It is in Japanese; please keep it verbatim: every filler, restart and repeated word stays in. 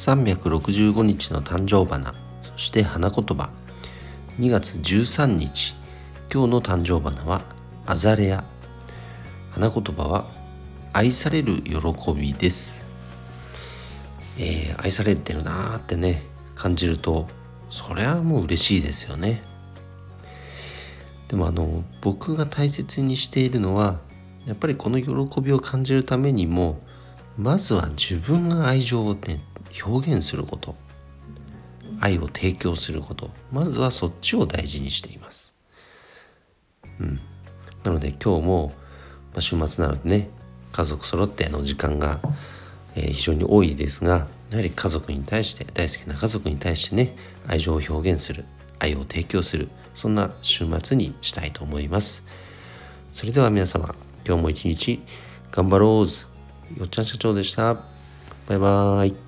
さんびゃくろくじゅうごにちの誕生花、そして花言葉。にがつじゅうさんにち、今日の誕生花はアザレア。花言葉は愛される喜びです。えー、愛されてるなーってね感じると、それはもう嬉しいですよね。でもあの僕が大切にしているのは、やっぱりこの喜びを感じるためにも、まずは自分が愛情をね表現すること、愛を提供すること、まずはそっちを大事にしています。うん。なので今日も、まあ、週末なのでね、家族揃っての時間が、えー、非常に多いですが、やはり家族に対して、大好きな家族に対してね、愛情を表現する、愛を提供する、そんな週末にしたいと思います。それでは皆様、今日も一日頑張ろうず。よっちゃん社長でした。バイバーイ。